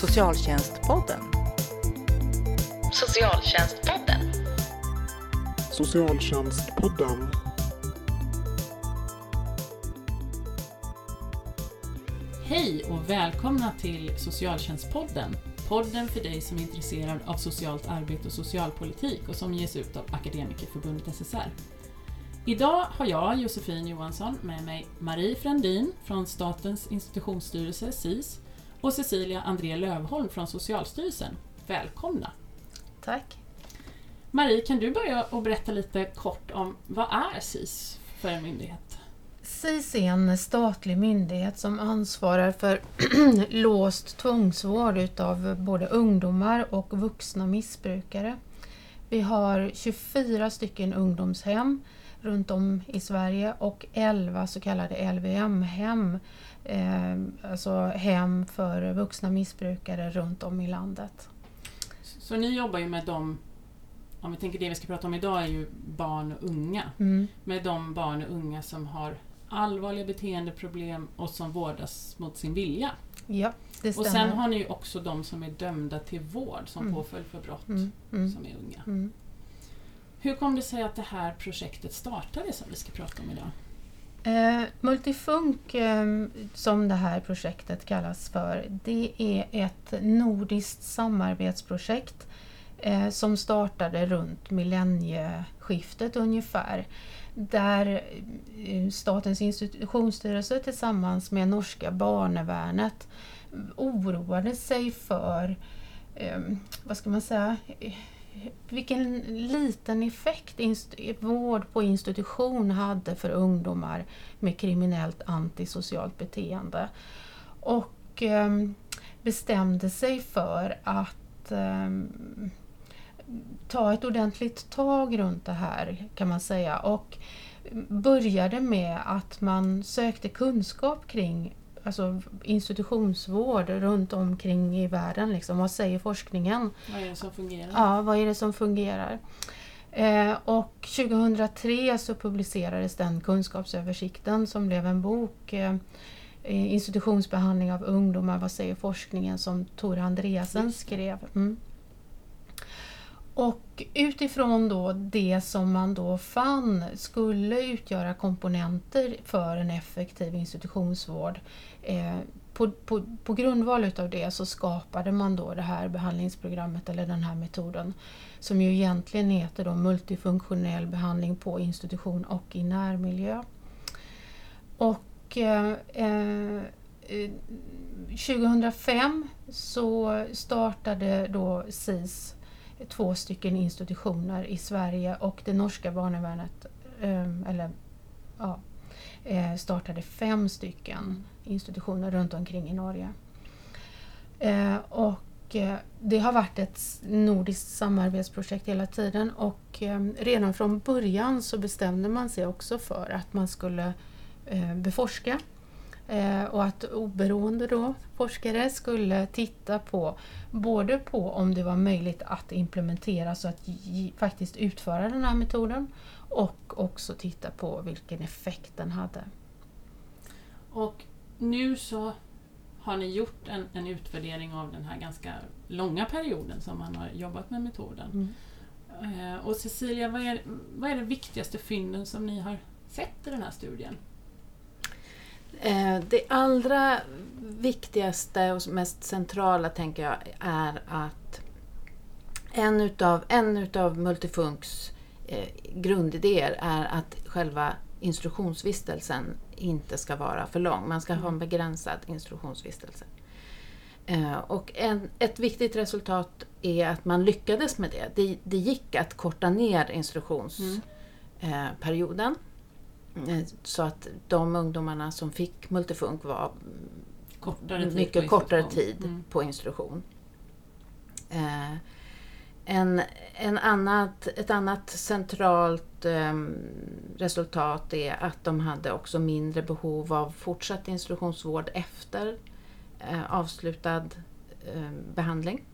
Socialtjänstpodden. Socialtjänstpodden. Socialtjänstpodden. Hej och välkomna till Socialtjänstpodden. Podden för dig som är intresserad av socialt arbete och socialpolitik och som ges ut av Akademikerförbundet SSR. Idag har jag, Josefin Johansson, med mig Marie Frendin från Statens institutionsstyrelse, SIS, och Cecilia André Lövholm från Socialstyrelsen. Välkomna! Tack! Marie, kan du börja och berätta lite kort om vad är SIS för en myndighet? SIS är en statlig myndighet som ansvarar för låst tvångsvård utav både ungdomar och vuxna missbrukare. Vi har 24 stycken ungdomshem runt om i Sverige och 11 så kallade LVM-hem, alltså hem för vuxna missbrukare runt om i landet. Så ni jobbar ju med dem, om vi tänker det vi ska prata om idag är ju barn och unga, med de barn och unga som har allvarliga beteendeproblem och som vårdas mot sin vilja. Ja, det stämmer. Och sen har ni ju också de som är dömda till vård som påföljd för brott som är unga. Hur kom det sig att det här projektet startade som vi ska prata om idag? Multifunk, som det här projektet kallas för, det är ett nordiskt samarbetsprojekt som startade runt millennieskiftet ungefär. Där Statens institutionsstyrelse tillsammans med norska barnevärnet oroade sig för, vad ska man säga, vilken liten effekt vård på institution hade för ungdomar med kriminellt antisocialt beteende. Och bestämde sig för att ta ett ordentligt tag runt det här, kan man säga, och började med att man sökte kunskap kring alltså institutionsvård runt omkring i världen. Liksom. Vad säger forskningen? Vad är det som fungerar? Ja, vad är det som fungerar? Och 2003 så publicerades den kunskapsöversikten som blev en bok, Institutionsbehandling av ungdomar, vad säger forskningen, som Tor Andreasen skrev. Och utifrån då det som man då fann skulle utgöra komponenter för en effektiv institutionsvård, på grundval utav det så skapade man då det här behandlingsprogrammet eller den här metoden som ju egentligen heter då multifunktionell behandling på institution och i närmiljö. Och 2005 så startade då SIS 2 stycken institutioner i Sverige och det norska barnevärnet startade 5 stycken institutioner runt omkring i Norge. Och det har varit ett nordiskt samarbetsprojekt hela tiden och redan från början så bestämde man sig också för att man skulle beforska och att oberoende då forskare skulle titta på både på om det var möjligt att implementera så att faktiskt utföra den här metoden och också titta på vilken effekt den hade. Och nu så har ni gjort en utvärdering av den här ganska långa perioden som man har jobbat med metoden. Och Cecilia, vad är det viktigaste fynden som ni har sett i den här studien? Det allra viktigaste och mest centrala tänker jag är att en utav Multifunks grundidéer är att själva instruktionsvistelsen inte ska vara för lång. Man ska ha en begränsad instruktionsvistelse. Och ett viktigt resultat är att man lyckades med det. Det gick att korta ner instruktionsperioden. Så att de ungdomarna som fick multifunk var mycket kortare tid på instruktion. Ett annat centralt resultat är att de hade också mindre behov av fortsatt instruktionsvård efter avslutad behandling.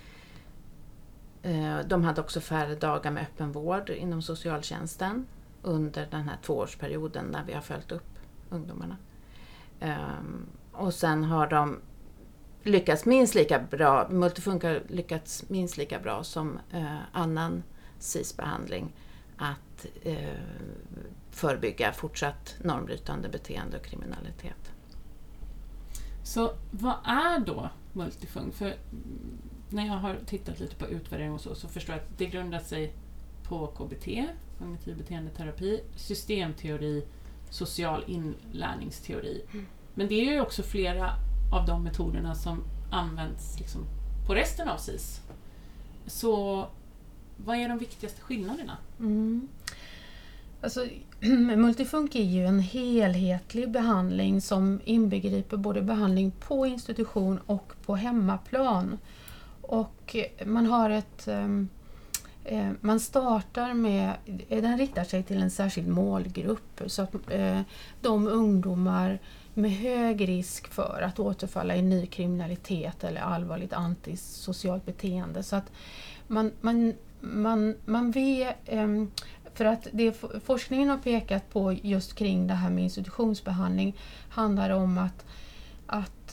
De hade också färre dagar med öppenvård inom socialtjänsten under den här 2-årsperioden när vi har följt upp ungdomarna. Och sen har de lyckats minst lika bra, Multifunk har lyckats minst lika bra som annan SIS-behandling att förebygga fortsatt normbrytande beteende och kriminalitet. Så vad är då Multifunk? För när jag har tittat lite på utvärdering och så förstår jag att det grundar sig på KBT, kognitiv beteendeterapi, systemteori, social inlärningsteori. Men det är ju också flera av de metoderna som används liksom på resten av SIS. Så vad är de viktigaste skillnaderna? Alltså, Multifunk är ju en helhetlig behandling som inbegriper både behandling på institution och på hemmaplan. Och man har man startar med, den riktar sig till en särskild målgrupp, så att de ungdomar med hög risk för att återfalla i ny kriminalitet eller allvarligt antisocialt beteende. Så att man vet, för att det forskningen har pekat på just kring det här med institutionsbehandling handlar om att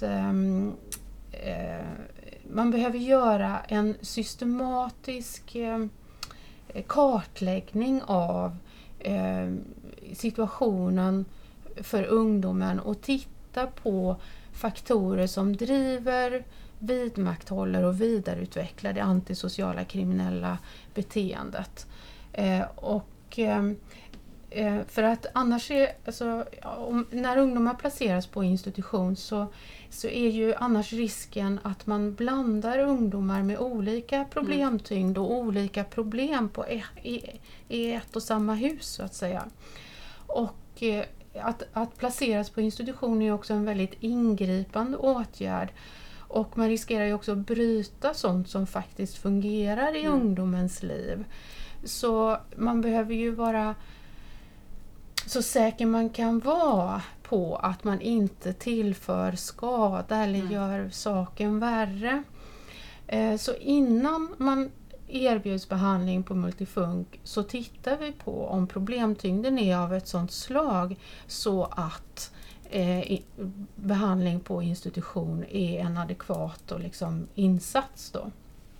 man behöver göra en systematisk kartläggning av situationen för ungdomen och titta på faktorer som driver, vidmakthåller och vidareutvecklar det antisociala kriminella beteendet. För att annars när ungdomar placeras på institution så är ju annars risken att man blandar ungdomar med olika problemtyngd och olika problem i ett och samma hus, så att säga. Och att placeras på institution är också en väldigt ingripande åtgärd. Och man riskerar ju också att bryta sånt som faktiskt fungerar i ungdomens liv. Så man behöver ju vara så säker man kan vara på att man inte tillför skada eller gör saken värre. Så innan man erbjuds behandling på Multifunk så tittar vi på om problemtyngden är av ett sådant slag så att behandling på institution är en adekvat och liksom insats då.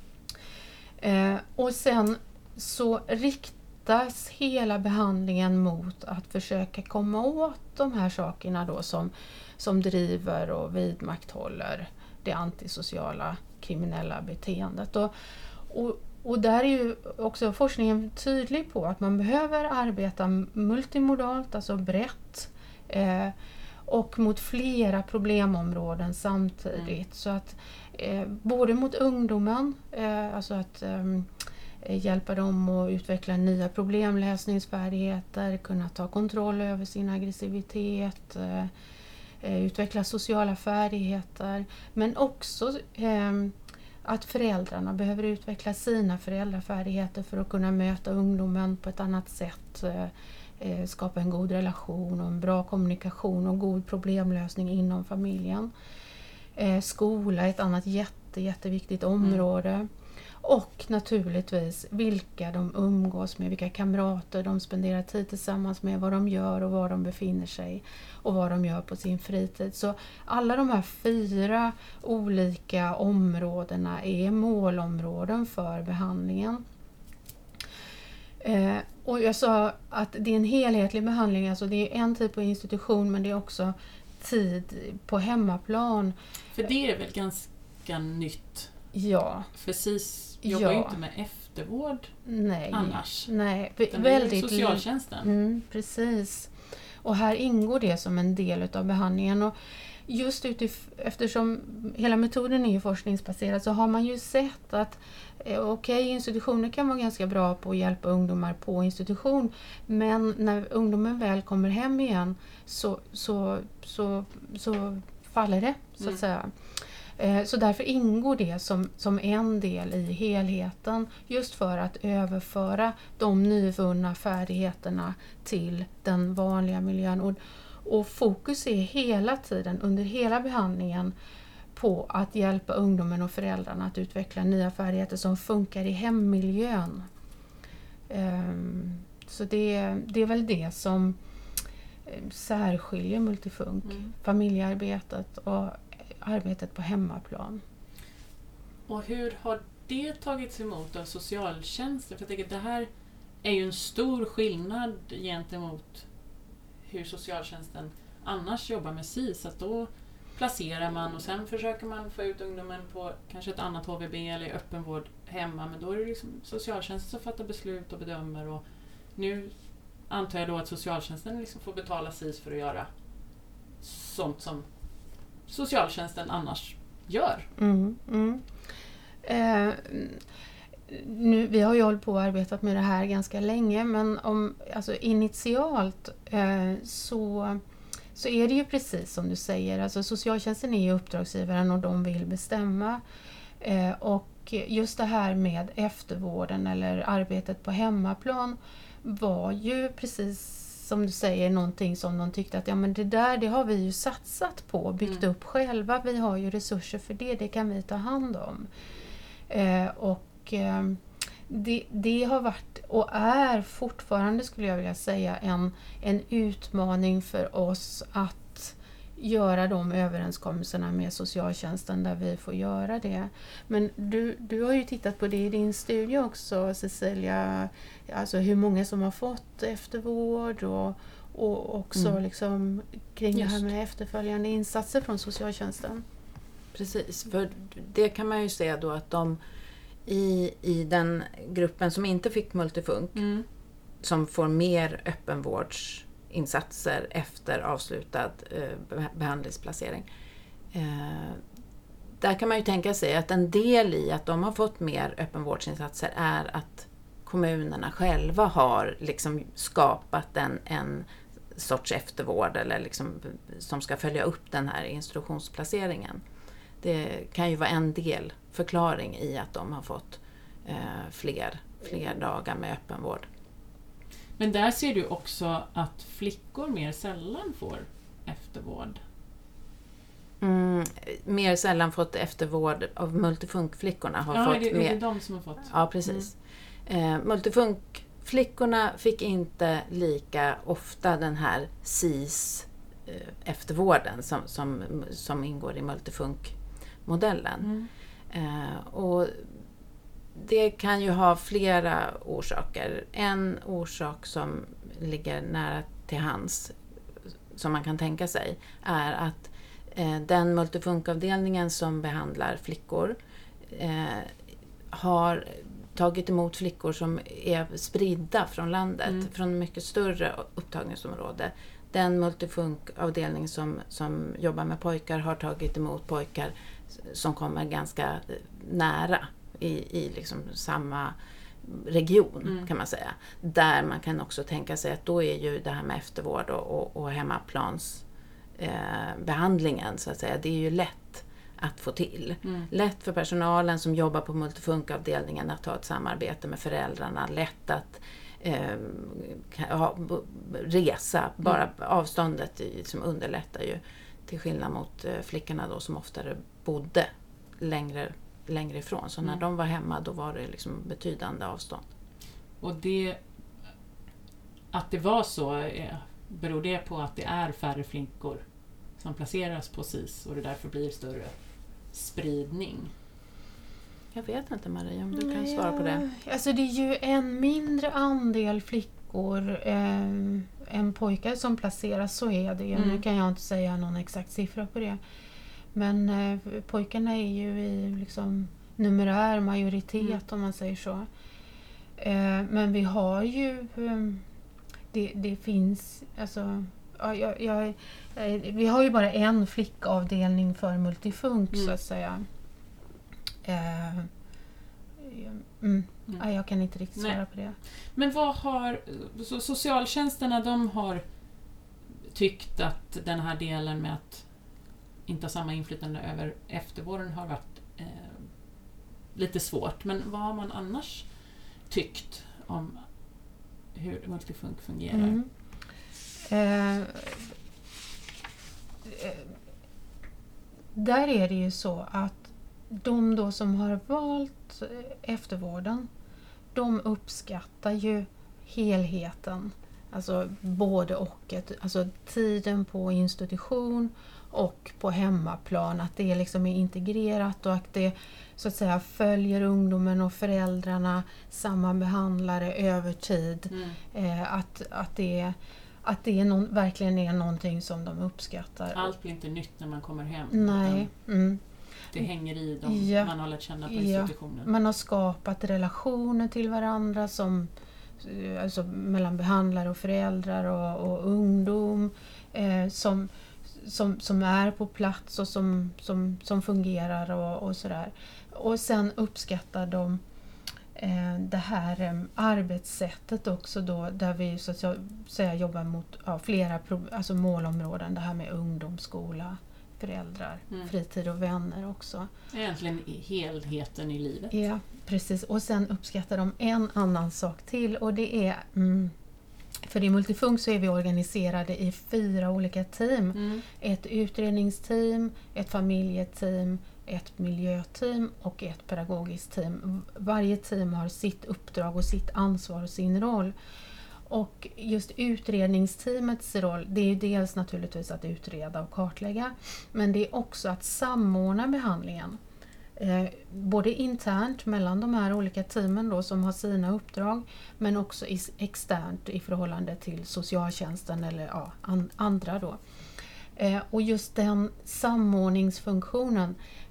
Och sen så riktas hela behandlingen mot att försöka komma åt de här sakerna då som driver och vidmakthåller det antisociala kriminella beteendet. Och där är ju också forskningen tydlig på att man behöver arbeta multimodalt, alltså brett, och mot flera problemområden samtidigt. Så att både mot ungdomen, alltså att hjälpa dem att utveckla nya problemlösningsfärdigheter, kunna ta kontroll över sin aggressivitet, utveckla sociala färdigheter, men också att föräldrarna behöver utveckla sina föräldrafärdigheter för att kunna möta ungdomen på ett annat sätt, skapa en god relation och en bra kommunikation och god problemlösning inom familjen. Skola är ett annat jätteviktigt område. Och naturligtvis vilka de umgås med, vilka kamrater de spenderar tid tillsammans med, vad de gör och var de befinner sig och vad de gör på sin fritid. Så alla de här 4 olika områdena är målområden för behandlingen. Och jag sa att det är en helhetlig behandling, alltså det är en tid på institution men det är också tid på hemmaplan. För det är väl ganska nytt? Ja. För SIS jobbar ju inte med eftervård annars. Nej, väldigt socialtjänsten. Precis. Och här ingår det som en del av behandlingen. Och just eftersom hela metoden är forskningsbaserad så har man ju sett att institutioner kan vara ganska bra på att hjälpa ungdomar på institution, men när ungdomen väl kommer hem igen så faller det, så att säga. Så därför ingår det som en del i helheten, just för att överföra de nyvunna färdigheterna till den vanliga miljön. Och fokus är hela tiden, under hela behandlingen, på att hjälpa ungdomen och föräldrarna att utveckla nya färdigheter som funkar i hemmiljön. Så det är väl det som särskiljer Multifunk, familjearbetet och arbetet på hemmaplan. Och hur har det tagits emot av socialtjänsten? För jag tänker att det här är ju en stor skillnad gentemot hur socialtjänsten annars jobbar med SIS. Att då placerar man och sen försöker man få ut ungdomen på kanske ett annat HVB eller öppenvård hemma. Men då är det liksom socialtjänsten som fattar beslut och bedömer. Och nu antar jag då att socialtjänsten liksom får betala SIS för att göra sånt som socialtjänsten annars gör. Nu, vi har ju hållit på och arbetat med det här ganska länge, men initialt så är det ju precis som du säger. Alltså socialtjänsten är ju uppdragsgivaren och de vill bestämma. Och just det här med eftervården eller arbetet på hemmaplan var ju precis som du säger någonting som de tyckte att det har vi ju satsat på, byggt upp själva. Vi har ju resurser för det kan vi ta hand om. Det har varit och är fortfarande, skulle jag vilja säga, en utmaning för oss att göra de överenskommelserna med socialtjänsten där vi får göra det. Men du har ju tittat på det i din studie också, Cecilia, alltså hur många som har fått eftervård och också liksom kring det här med efterföljande insatser från socialtjänsten. Precis, för det kan man ju säga då att de i den gruppen som inte fick multifunk, som får mer öppenvårdsinsatser efter avslutad behandlingsplacering. Där kan man ju tänka sig att en del i att de har fått mer öppenvårdsinsatser är att kommunerna själva har liksom skapat en sorts eftervård eller liksom, som ska följa upp den här institutionsplaceringen. Det kan ju vara en del förklaring i att de har fått fler dagar med öppenvård. Men där ser du också att flickor mer sällan får eftervård. Mer sällan fått eftervård av multifunkflickorna. Det är de som har fått. Ja, precis. Multifunkflickorna fick inte lika ofta den här SIS-eftervården som ingår i multifunkmodellen. Och det kan ju ha flera orsaker. En orsak som ligger nära till hands, som man kan tänka sig, är att den multifunkavdelningen som behandlar flickor har tagit emot flickor som är spridda från landet, från mycket större upptagningsområde. Den multifunkavdelning som jobbar med pojkar har tagit emot pojkar som kommer ganska nära i liksom samma region, kan man säga. Där man kan också tänka sig att då är ju det här med eftervård och hemmaplans behandlingen, så att säga, det är ju lätt att få till. Lätt för personalen som jobbar på multifunkavdelningen att ha ett samarbete med föräldrarna, lätt att resa, bara avståndet som underlättar ju, till skillnad mot flickorna då som oftare bodde längre ifrån. Så när de var hemma, då var det liksom betydande avstånd. Och att det var så, beror det på att det är färre flickor som placeras på SIS och det därför blir större spridning? Jag vet inte, Maria, om du kan svara på det. Alltså det är ju en mindre andel flickor än pojkar som placeras, så är det ju. Nu kan jag inte säga någon exakt siffra på det. Men pojkarna är ju i liksom numerär majoritet, om man säger så. Men vi har ju det finns alltså vi har ju bara en flickavdelning för multifunk, så att säga. Jag kan inte riktigt svara på det. Men vad har socialtjänsterna, de har tyckt att den här delen med att inte ha samma inflytande över eftervården har varit lite svårt. Men vad har man annars tyckt om hur multifunk fungerar? Där är det ju så att de då som har valt eftervården, de uppskattar ju helheten. Alltså både och. Alltså tiden på institution och på hemmaplan, att det liksom är integrerat och att det så att säga följer ungdomen och föräldrarna, samma behandlare över tid. Att det verkligen är någonting som de uppskattar. Allt blir inte nytt när man kommer hem. Nej. Det hänger i dem man har lärt känna på institutionen. Man har skapat relationer till varandra som alltså mellan behandlare och föräldrar och ungdom som är på plats och som fungerar och sådär. Och sen uppskattar de det här arbetssättet också då, där vi så att säga jobbar mot flera alltså målområden, det här med ungdomsskola, föräldrar, fritid och vänner också. Egentligen helheten i livet. Ja, precis. Och sen uppskattar de en annan sak till, och det är för i Multifunk så är vi organiserade i 4 olika team. Ett utredningsteam, ett familjeteam, ett miljöteam och ett pedagogiskt team. Varje team har sitt uppdrag och sitt ansvar och sin roll. Och just utredningsteamets roll, det är ju dels naturligtvis att utreda och kartlägga, men det är också att samordna behandlingen. Både internt mellan de här olika teamen då, som har sina uppdrag, men också externt i förhållande till socialtjänsten eller andra då. Och just den samordningsfunktionen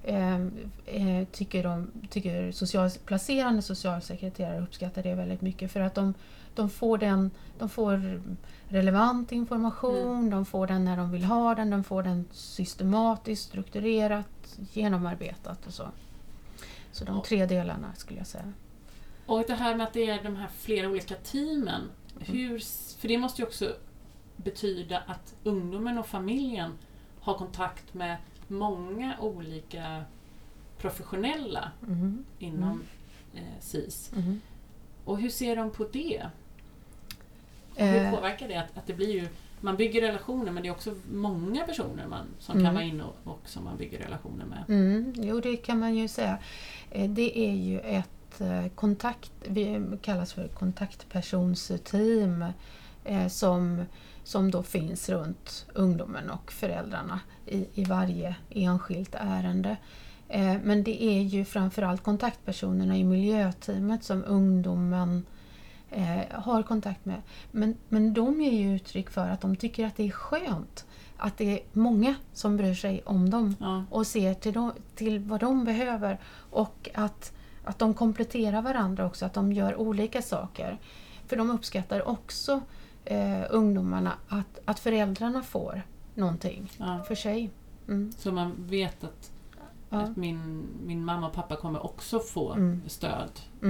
tycker placerande socialsekreterare uppskattar det väldigt mycket, för att de får relevant information, de får den när de vill ha den, de får den systematiskt, strukturerat, genomarbetat och så. Så de 3 delarna skulle jag säga. Och det här med att det är de här flera olika teamen, för det måste ju också betyda att ungdomen och familjen har kontakt med många olika professionella inom SIS. Och hur ser de på det? Och hur påverkar det att det blir ju, man bygger relationer, men det är också många personer som kan vara inne och som man bygger relationer med. Jo, det kan man ju säga. Det är ju ett vi kallas för kontaktpersonsteam som då finns runt ungdomen och föräldrarna i varje enskilt ärende. Men det är ju framförallt kontaktpersonerna i miljöteamet som ungdomen har kontakt med. Men de ger ju uttryck för att de tycker att det är skönt att det är många som bryr sig om dem och ser till vad de behöver, och att de kompletterar varandra också, att de gör olika saker. För de uppskattar också ungdomarna att föräldrarna får någonting för sig. Så man vet att min mamma och pappa kommer också få stöd.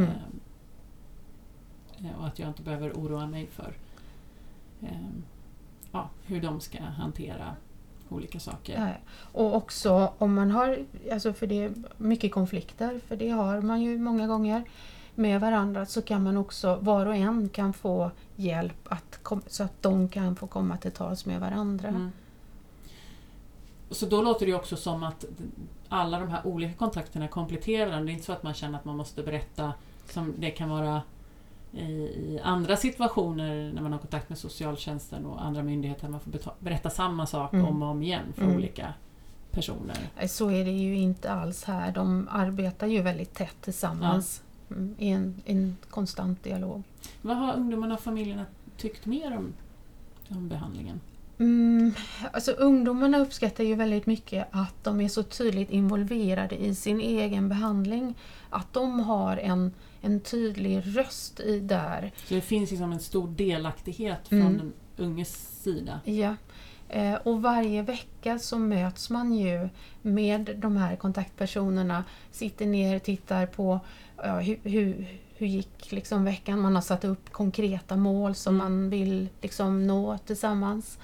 Och att jag inte behöver oroa mig för hur de ska hantera olika saker. Nej. Och också om man har, alltså för det är mycket konflikter, för det har man ju många gånger med varandra, så kan man också, var och en kan få hjälp så att de kan få komma till tals med varandra. Så då låter det också som att alla de här olika kontakterna kompletterar varandra. Det är inte så att man känner att man måste berätta, som det kan vara i andra situationer när man har kontakt med socialtjänsten och andra myndigheter, man får berätta samma sak om och om igen för olika personer. Så är det ju inte alls här. De arbetar ju väldigt tätt tillsammans i en konstant dialog. Vad har ungdomarna och familjerna tyckt mer om behandlingen? Alltså ungdomarna uppskattar ju väldigt mycket att de är så tydligt involverade i sin egen behandling, att de har en tydlig röst i där. Så det finns liksom en stor delaktighet från den unges sida. Ja, och varje vecka så möts man ju med de här kontaktpersonerna, sitter ner och tittar på hur gick liksom veckan. Man har satt upp konkreta mål som man vill liksom nå tillsammans.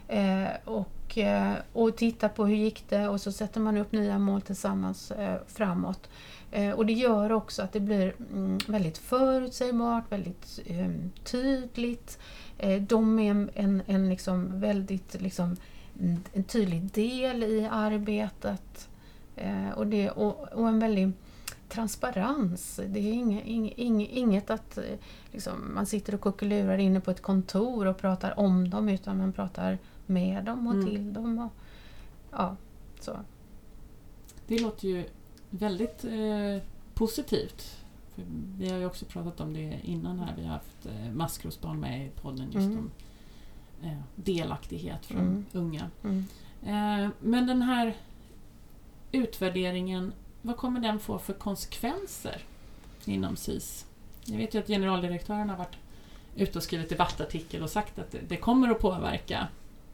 Och titta på hur gick det, och så sätter man upp nya mål tillsammans framåt. Och det gör också att det blir väldigt förutsägbart, väldigt tydligt. De är en liksom väldigt liksom en tydlig del i arbetet. Och en väldigt transparens. Det är inget att liksom, man sitter och kuckelurar inne på ett kontor och pratar om dem, utan man pratar med dem och till dem. Ja, så. Det låter ju väldigt positivt. För vi har ju också pratat om det innan här. Vi har haft maskrosbarn med i podden just om delaktighet från unga. Men den här utvärderingen, vad kommer den få för konsekvenser inom SIS? Jag vet ju att generaldirektören har varit ute och skrivit debattartikel och sagt att det kommer att påverka.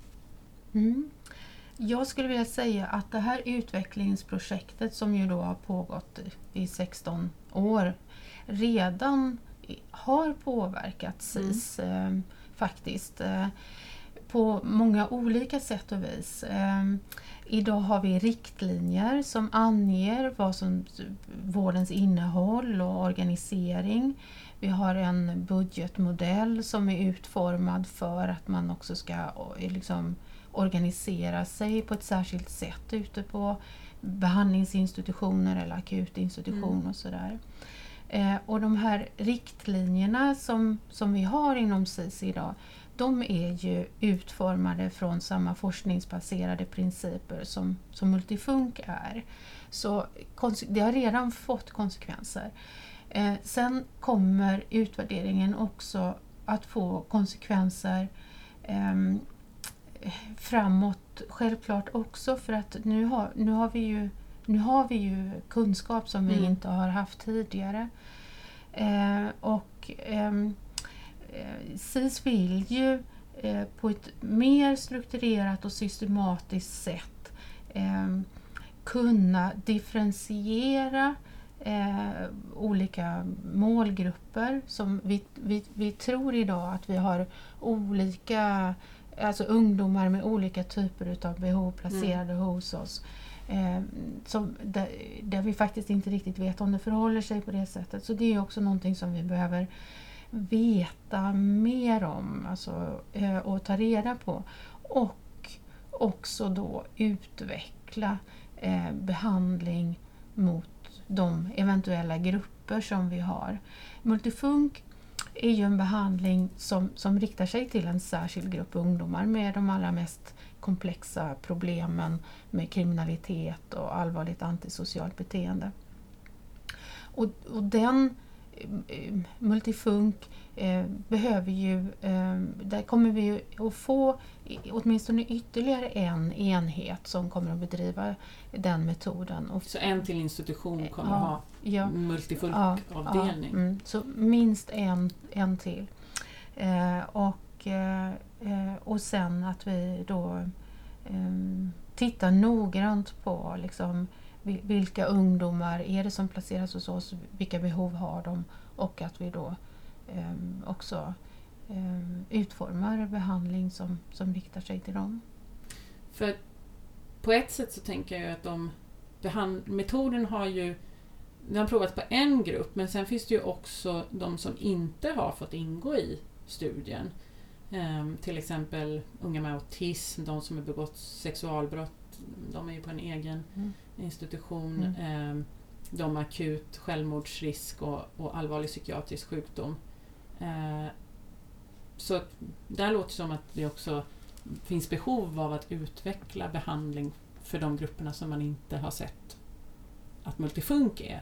Jag skulle vilja säga att det här utvecklingsprojektet som ju då har pågått i 16 år redan har påverkat SIS faktiskt på många olika sätt och vis. Idag har vi riktlinjer som anger vad som vårdens innehåll och organisering. Vi har en budgetmodell som är utformad för att man också ska liksom organisera sig på ett särskilt sätt ute på behandlingsinstitutioner eller akutinstitutioner och sådär. Och de här riktlinjerna som vi har inom SIS idag, de är ju utformade från samma forskningsbaserade principer som Multifunk är. Så det har redan fått konsekvenser. Sen kommer utvärderingen också att få konsekvenser framåt självklart också, för att nu har vi ju kunskap som vi inte har haft tidigare. SIS vill ju på ett mer strukturerat och systematiskt sätt kunna differentiera olika målgrupper som vi tror idag att vi har olika, alltså ungdomar med olika typer av behov placerade hos oss. Där vi faktiskt inte riktigt vet om det förhåller sig på det sättet. Så det är också någonting som vi behöver veta mer om, alltså, och ta reda på. Och också då utveckla behandling mot de eventuella grupper som vi har. Multifunk är ju en behandling som riktar sig till en särskild grupp ungdomar med de allra mest komplexa problemen med kriminalitet och allvarligt antisocialt beteende. Och den Multifunk behöver ju, där kommer vi ju att få åtminstone ytterligare en enhet som kommer att bedriva den metoden. Så en till institution kommer att ha multifunk-avdelning? Så minst en till. Och sen att vi då tittar noggrant på liksom, vilka ungdomar är det som placeras hos oss, vilka behov har de, och att vi då också utformar behandling som riktar sig till dem. För på ett sätt så tänker jag att metoden har ju, vi har provat på en grupp, men sen finns det ju också de som inte har fått ingå i studien. Till exempel unga med autism, de som har begått sexualbrott, de är ju på en egen institution. De har akut självmordsrisk och allvarlig psykiatrisk sjukdom. Så där låter det som att det också finns behov av att utveckla behandling för de grupperna som man inte har sett att multifunk är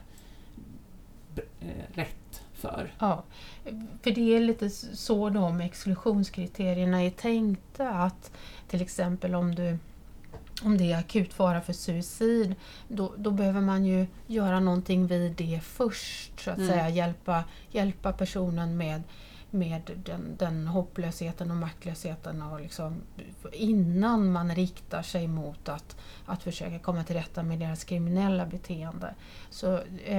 rätt för. Ja, för det är lite så de exklusionskriterierna är tänkta, att till exempel om det är akut fara för suicid, då behöver man ju göra någonting vid det först, så att säga, hjälpa personen med den hopplösheten och maktlösheten, och liksom, innan man riktar sig mot att försöka komma till rätta med deras kriminella beteende. Så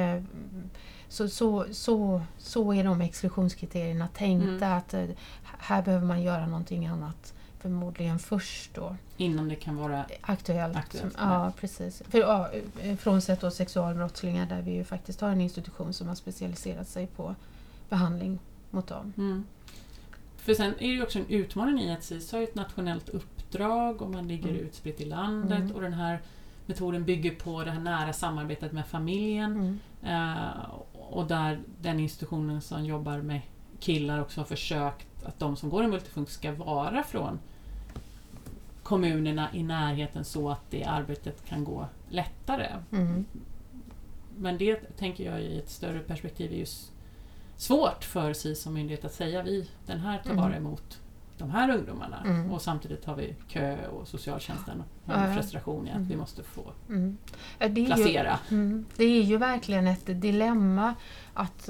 är de exklusionskriterierna tänkta, att här behöver man göra någonting annat förmodligen först då. Innan det kan vara aktuellt. Ja, precis. Frånsett då sexualbrottslingar, där vi ju faktiskt har en institution som har specialiserat sig på behandling mot dem. För sen är det ju också en utmaning i att SIS har ett nationellt uppdrag och man ligger utspritt i landet, och den här metoden bygger på det här nära samarbetet med familjen, och där den institutionen som jobbar med killar också har försökt att de som går i multifunk ska vara från kommunerna i närheten så att det arbetet kan gå lättare. Men det tänker jag i ett större perspektiv är just svårt för SIS som myndighet att säga den här tar bara emot de här ungdomarna och samtidigt har vi kö och socialtjänsten och frustration i att vi måste få placera. Det är ju verkligen ett dilemma att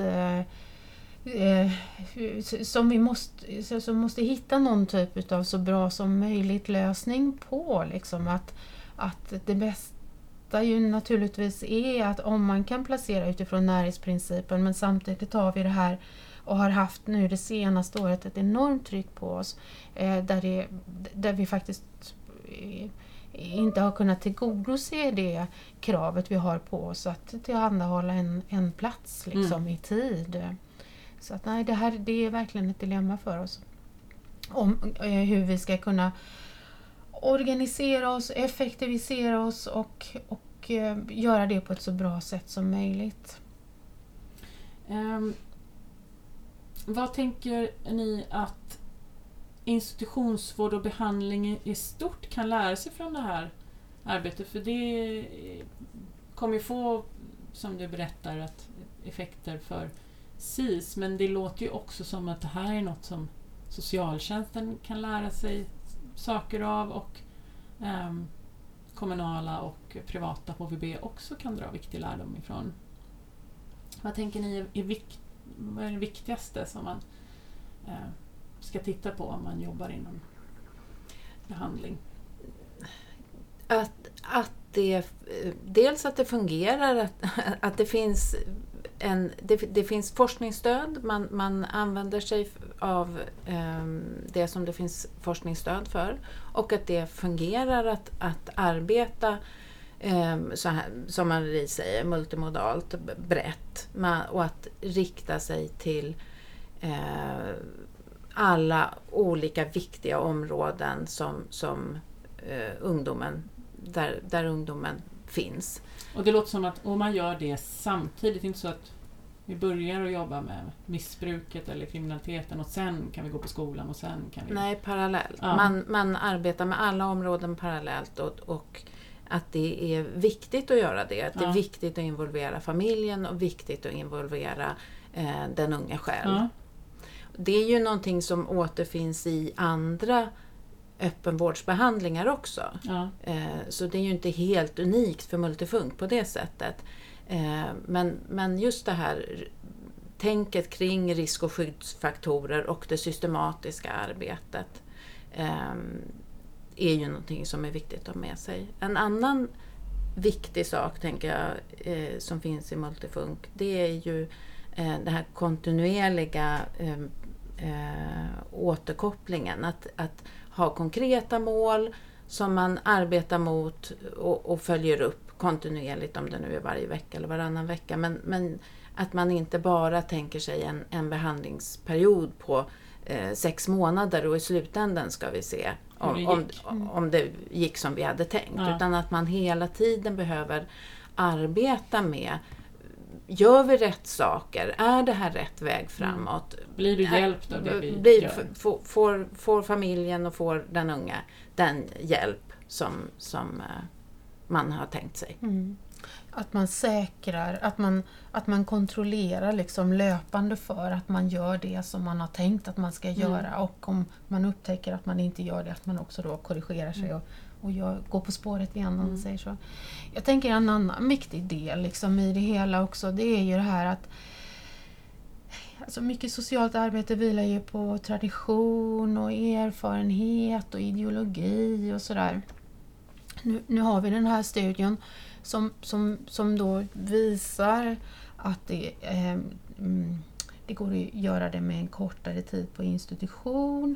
som vi måste hitta någon typ av så bra som möjligt lösning på liksom att det bästa ju naturligtvis är att om man kan placera utifrån närhetsprincipen, men samtidigt har vi det här och har haft nu det senaste året ett enormt tryck på oss där vi faktiskt inte har kunnat tillgodose det kravet vi har på oss att tillhandahålla en plats liksom i tid. Så att nej, det är verkligen ett dilemma för oss om hur vi ska kunna organisera oss, effektivisera oss och göra det på ett så bra sätt som möjligt. Vad tänker ni att institutionsvård och behandling i stort kan lära sig från det här arbetet? För det kommer ju få, som du berättar, effekter för SIS, men det låter ju också som att det här är något som socialtjänsten kan lära sig saker av och kommunala och privata HVB också kan dra viktig lärdom ifrån. Vad tänker ni vad är det viktigaste som man ska titta på om man jobbar inom behandling? Dels att det fungerar, att det finns det finns forskningsstöd, man använder sig av det som det finns forskningsstöd för och att det fungerar att arbeta så här, som Marie säger, multimodalt, brett och att rikta sig till alla olika viktiga områden som ungdomen, där ungdomen finns. Och det låter som att om man gör det samtidigt, inte så att vi börjar att jobba med missbruket eller kriminaliteten och sen kan vi gå på skolan och sen kan vi... Nej, parallellt. Ja. Man arbetar med alla områden parallellt och att det är viktigt att göra det. Att det är viktigt att involvera familjen och viktigt att involvera den unga själv. Ja. Det är ju någonting som återfinns i andra öppenvårdsbehandlingar också. Ja. Så det är ju inte helt unikt för multifunk på det sättet. Men just det här tänket kring risk- och skyddsfaktorer och det systematiska arbetet är ju någonting som är viktigt att ha med sig. En annan viktig sak, tänker jag, som finns i multifunk, det är ju den här kontinuerliga återkopplingen. Att ha konkreta mål som man arbetar mot och följer upp kontinuerligt, om det nu är varje vecka eller varannan vecka. Men att man inte bara tänker sig en behandlingsperiod på 6 månader och i slutändan ska vi se om det gick som vi hade tänkt. Ja. Utan att man hela tiden behöver arbeta med, gör vi rätt saker? Är det här rätt väg framåt? Blir du hjälpt av det vi gör? Får familjen och får den unga den hjälp som man har tänkt sig? Mm. Att man säkrar, att man kontrollerar liksom löpande för att man gör det som man har tänkt att man ska göra. Och om man upptäcker att man inte gör det, att man också då korrigerar sig och går på spåret igen, om man säger så. Jag tänker en annan viktig del liksom i det hela också, det är ju det här att alltså mycket socialt arbete vilar ju på tradition och erfarenhet och ideologi och sådär. Nu har vi den här studien som då visar att det går att göra det med en kortare tid på institution.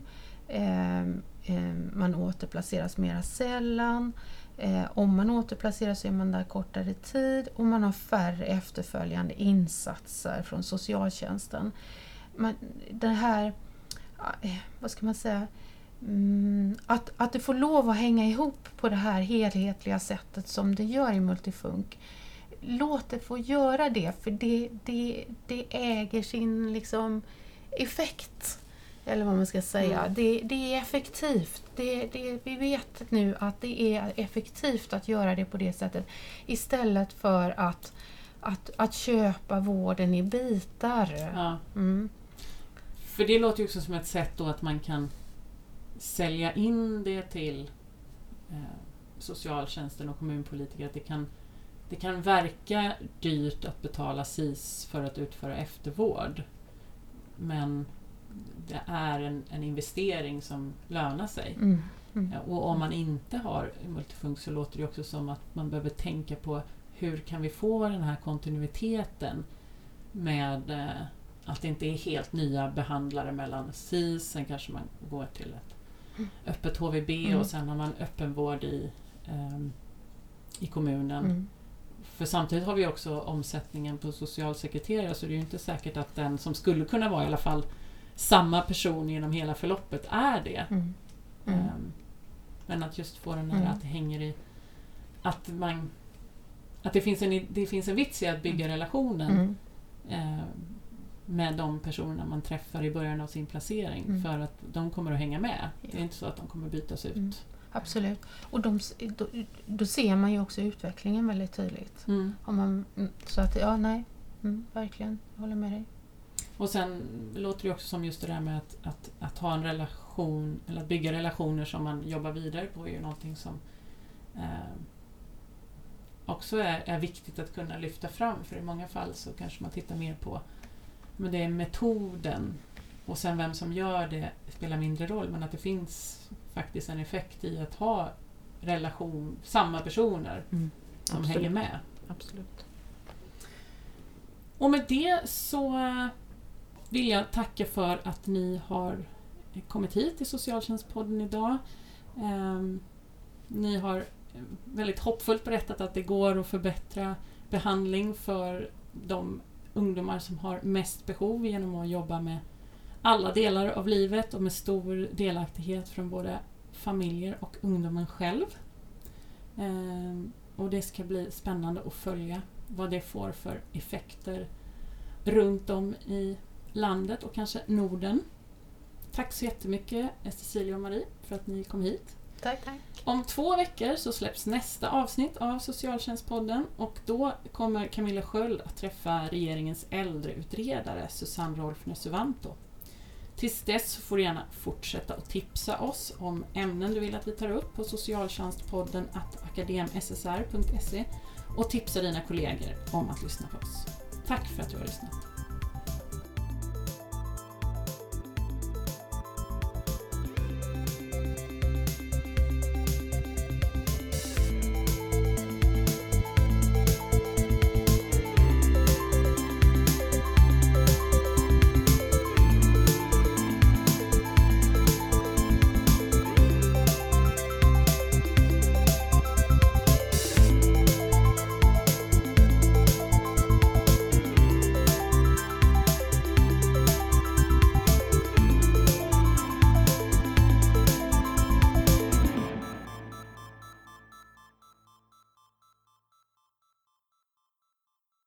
Man återplaceras mera sällan. Om man återplaceras så är man där kortare tid och man har färre efterföljande insatser från socialtjänsten. Det här, vad ska man säga, att det får lov att hänga ihop på det här helhetliga sättet som det gör i multifunk. Låt det få göra det, för det äger sin liksom effekt. eller vad man ska säga. Det är effektivt. Vi vet nu att det är effektivt att göra det på det sättet. Istället för att köpa vården i bitar. Ja. Mm. För det låter ju också som ett sätt då att man kan sälja in det till socialtjänsten och kommunpolitiker. Att det kan verka dyrt att betala SIS för att utföra eftervård. Men det är en investering som lönar sig. Och om man inte har multifunk så låter det också som att man behöver tänka på hur kan vi få den här kontinuiteten med att det inte är helt nya behandlare mellan SIS, sen kanske man går till ett öppet HVB och sen har man öppenvård i kommunen. För samtidigt har vi också omsättningen på socialsekreterare, så det är ju inte säkert att den som skulle kunna vara i alla fall samma person genom hela förloppet är det. Men att just få den här att det hänger i att det finns en vits i att bygga relationen med de personerna man träffar i början av sin placering för att de kommer att hänga med. Det är inte så att de kommer bytas ut. Absolut. Och då ser man ju också utvecklingen väldigt tydligt. Så att, verkligen, jag håller med dig. Och sen låter det också som just det där med att ha en relation, eller att bygga relationer som man jobbar vidare på är ju någonting som också är viktigt att kunna lyfta fram. För i många fall så kanske man tittar mer på men det är metoden och sen vem som gör det spelar mindre roll, men att det finns faktiskt en effekt i att ha samma personer som hänger med. Absolut. Och med det så vill jag tacka för att ni har kommit hit till Socialtjänstpodden idag. Ni har väldigt hoppfullt berättat att det går att förbättra behandling för de ungdomar som har mest behov genom att jobba med alla delar av livet och med stor delaktighet från både familjer och ungdomen själv. Och det ska bli spännande att följa vad det får för effekter runt om i landet och kanske Norden. Tack så jättemycket Cecilia och Marie för att ni kom hit. Tack. Om 2 veckor så släpps nästa avsnitt av Socialtjänstpodden och då kommer Camilla Sköld att träffa regeringens äldreutredare Susanne Rolfner Suvanto. Tills dess får du gärna fortsätta att tipsa oss om ämnen du vill att vi tar upp på socialtjänstpodden@akademssr.se och tipsa dina kollegor om att lyssna på oss. Tack för att du har lyssnat.